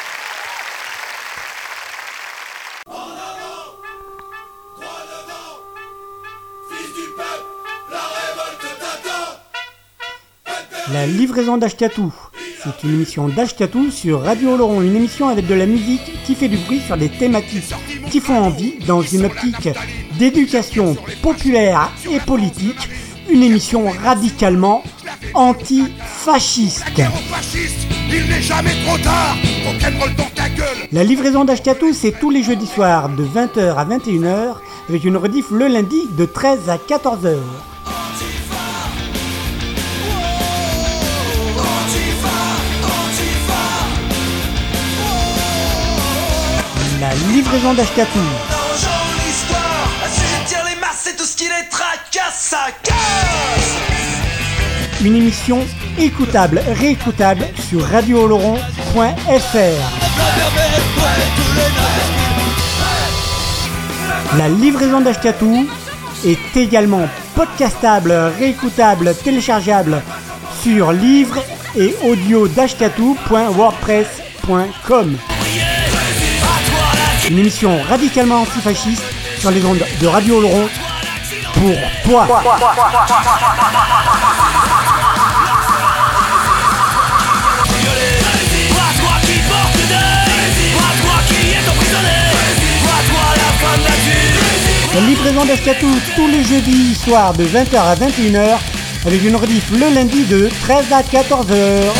La livraison d'Ashkatou, c'est une émission d'Ashkatou sur Radio Oloron, une émission avec de la musique qui fait du bruit sur des thématiques qui font envie dans une optique d'éducation populaire et politique, une émission radicalement anti-fasciste. Il n'est jamais trop tard, rock'n'roll dans ta gueule. La livraison d'Ashkatou, c'est tous les jeudis soirs de 20h à 21h, avec une rediff le lundi de 13 à 14h. La livraison d'Ashkatou. Une émission écoutable, réécoutable sur radiooloron.fr. La livraison d'Ashkatou est également podcastable, réécoutable, téléchargeable sur livre et audio d'ashkatou.wordpress.com. Une émission radicalement antifasciste sur les ondes de Radio Oloron pour toi. La livraison d'Ashkatou tous les jeudis soirs de 20h à 21h avec une rediff le lundi de 13 à 14h.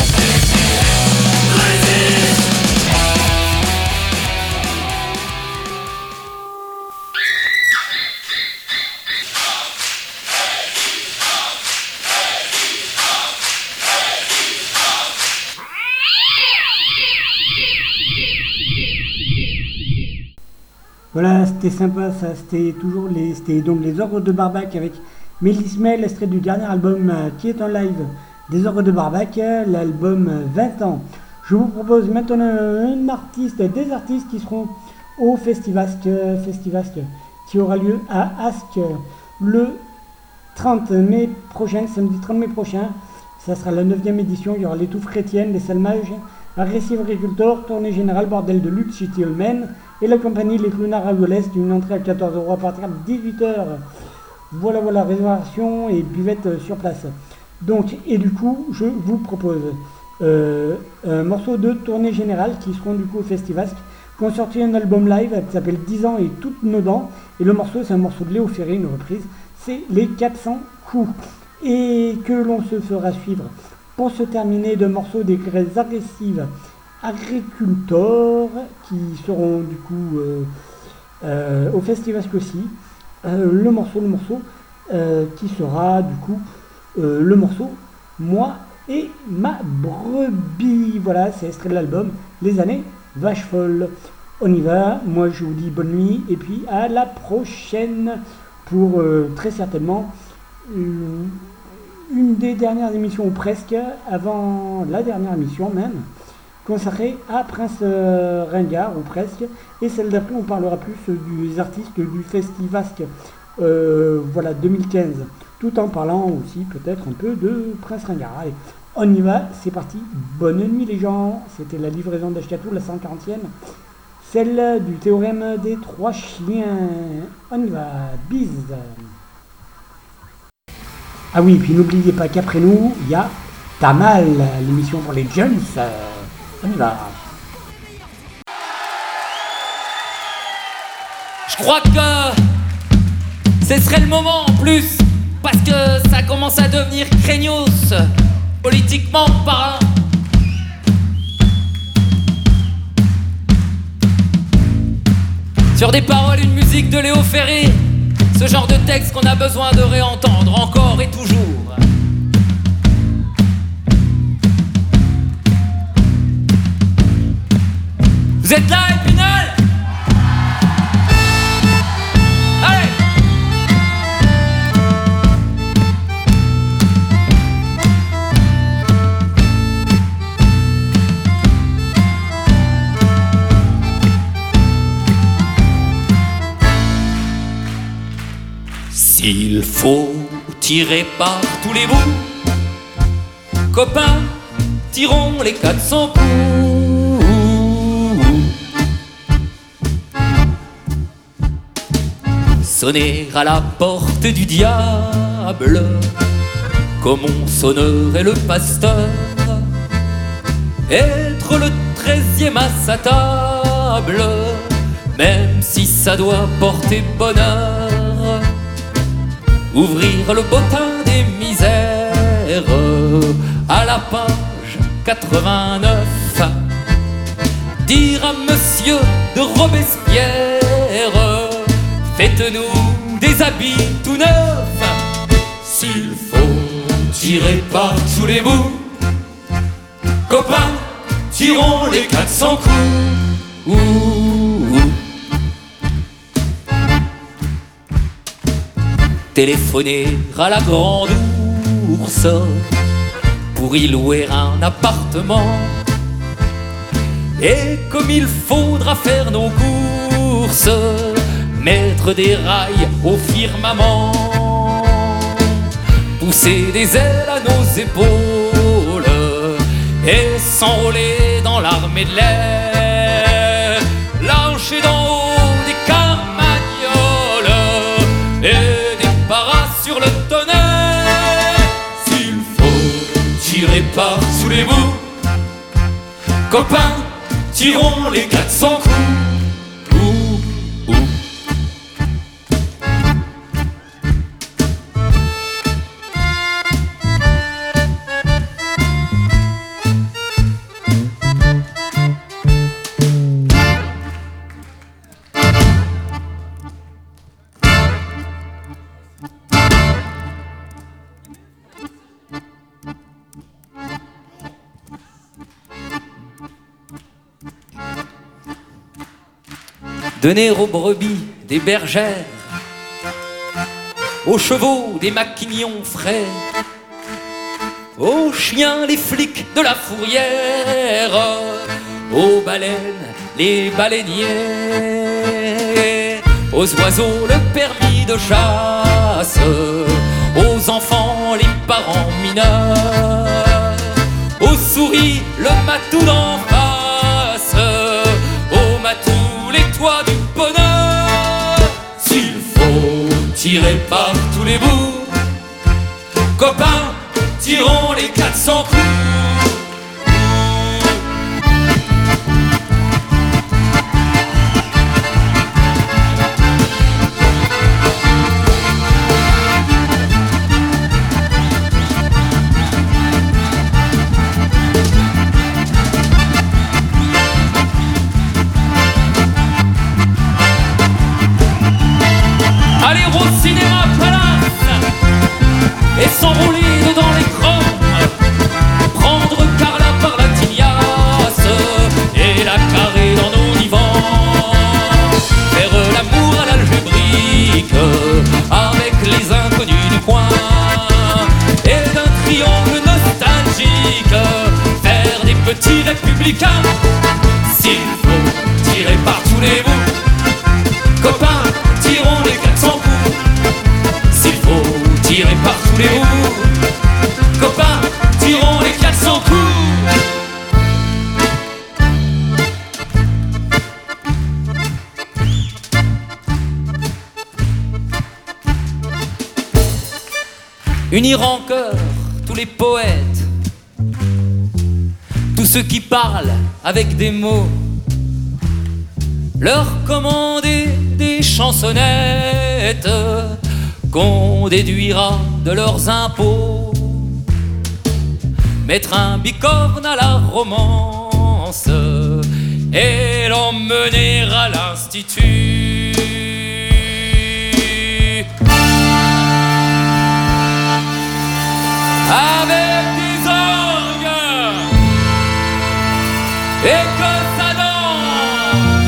Voilà, c'était sympa ça, c'était donc les Ogres de Barbac avec Mélismel, extrait du dernier album qui est en live des Ogres de Barbac, l'album 20 ans. Je vous propose maintenant des artistes qui seront au Festivasque qui aura lieu à Ascq le 30 mai prochain, samedi 30 mai prochain. Ça sera la 9e édition. Il y aura les Touffes chrétiennes, les Salmages, Agressive Agricultor, tournée générale, bordel de luxe chez Tillman et la compagnie Les Clownards à l'Ouest, une entrée à 14 € à partir de 18h. Voilà, réservation et buvette sur place. Donc, et du coup, je vous propose un morceau de tournée générale qui seront du coup au Festivasque, qui ont sorti un album live qui s'appelle 10 ans et toutes nos dents. Et le morceau, c'est un morceau de Léo Ferré, une reprise, c'est les 400 coups. Et que l'on se fera suivre pour se terminer de morceaux des Grèces agressives Agricultor qui seront du coup au Festivasque aussi. Le morceau qui sera du coup le morceau Moi et ma brebis. Voilà, c'est extrait de l'album Les années vaches folles. On y va, moi je vous dis bonne nuit et puis à la prochaine pour très certainement une des dernières émissions ou presque, avant la dernière émission même, consacrée à Prince Ringard ou presque, et celle d'après on parlera plus des artistes du Festivasque 2015, tout en parlant aussi peut-être un peu de Prince Ringard. Allez, on y va, c'est parti, bonne nuit les gens, c'était la livraison d'Ashkatou, la 140e, celle du théorème des 3 chiens, on y va, bise. Ah oui, puis n'oubliez pas qu'après nous, il y a Tamal, l'émission pour les jeunes, on y va. Je crois que ce serait le moment en plus, parce que ça commence à devenir craignos, politiquement parlant. Sur des paroles, une musique de Léo Ferré, ce genre de texte qu'on a besoin de réentendre encore et toujours. Vous êtes là, Épinal ? Allez ! S'il faut tirer par tous les bouts, copains, tirons les 400 coups. Sonner à la porte du diable, comme on sonnerait le pasteur, être le 13e à sa table, même si ça doit porter bonheur. Ouvrir le bottin des misères à la page 89. Dire à monsieur de Robespierre, faites-nous des habits tout neufs. S'il faut tirer par tous les bouts, copains, tirons les 400 coups. Téléphoner à la grande ours pour y louer un appartement. Et comme il faudra faire nos courses, mettre des rails au firmament, pousser des ailes à nos épaules et s'enrôler dans l'armée de l'air, lâcher d'en haut des carmagnoles et sur le tonnerre. S'il faut tirer par sous les bouts, copains, tirons les 400 coups. Donner aux brebis des bergères, aux chevaux des maquignons frais, aux chiens les flics de la fourrière, aux baleines les baleinières. aux oiseaux le permis de chasse, aux enfants les parents mineurs, aux souris le matou d'en face, aux matous les toits du bonheur. S'il faut tirer par tous les bouts, copains, tirons les 400 coups. Aller au cinéma Palace et s'enrouler dedans l'écran, prendre Carla par la tignasse et la carrer dans nos divans, faire l'amour à l'algébrique avec les inconnus du coin, et d'un triangle nostalgique faire des petits républicains. S'il faut tirer par tous les bouts, copains, tirons les 400 coups. S'il faut tirer par tous les bouts, copains, tirons les 400 coups. Unir en chœur tous les poètes, tous ceux qui parlent avec des mots, leur commander des chansonnettes qu'on déduira de leurs impôts, mettre un bicorne à la romance et l'emmener à l'institut. Avec des orgues et que ça danse,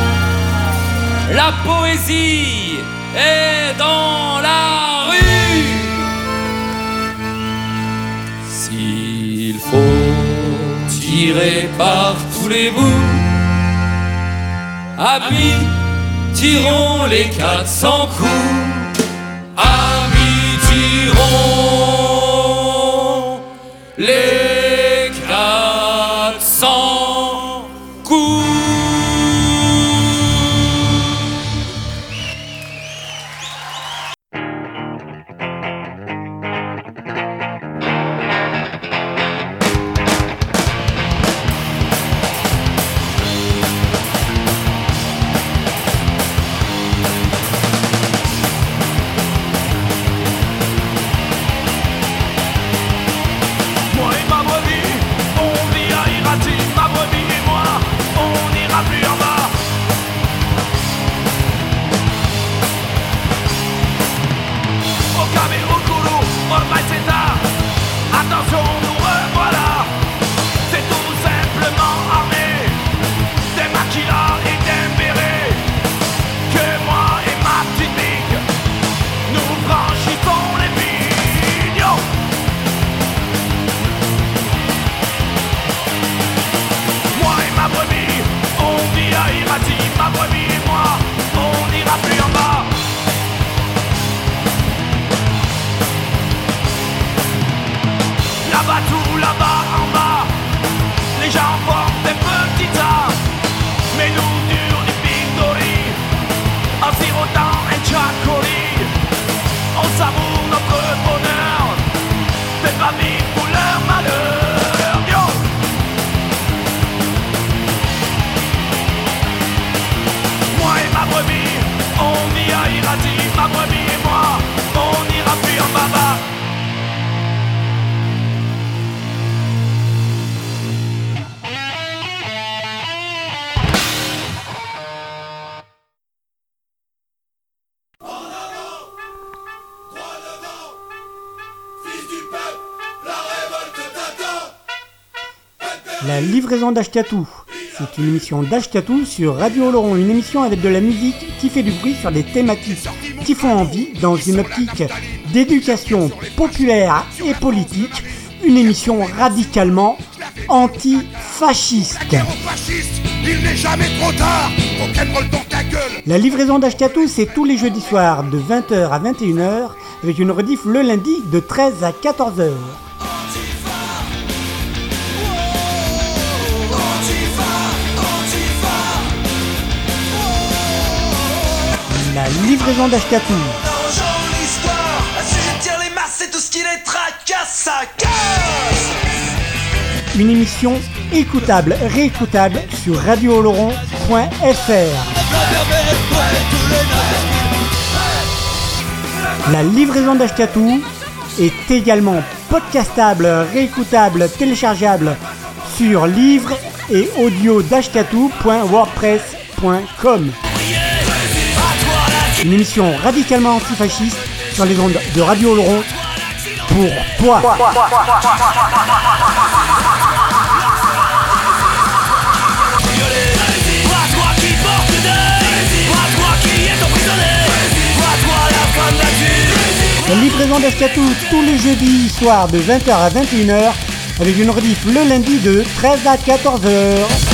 la poésie est dans la rue. S'il faut tirer par tous les bouts, amis, tirons les 400 coups. Amis, tirons les 400 coups. La livraison d'Ashkatou, c'est une émission d'Ashkatou sur Radio Oloron, une émission avec de la musique qui fait du bruit sur des thématiques qui font envie dans une optique d'éducation populaire et politique, une émission radicalement anti-fasciste. Il n'est jamais trop tard, rock'n'roll dans ta gueule. La livraison d'Ashkatou, c'est tous les jeudis soirs de 20h à 21h, avec une rediff le lundi de 13 à 14h. La livraison d'Ashkatou. Une émission écoutable, réécoutable sur radiooloron.fr. La livraison d'Ashkatou est également podcastable, réécoutable, téléchargeable sur livre et audio d'ashkatou.wordpress.com. Une émission radicalement antifasciste sur les ondes de Radio Oloron pour toi. La livraison d'Ashkatou tous les jeudis soirs de 20h à 21h avec une rediff le lundi de 13 à 14h.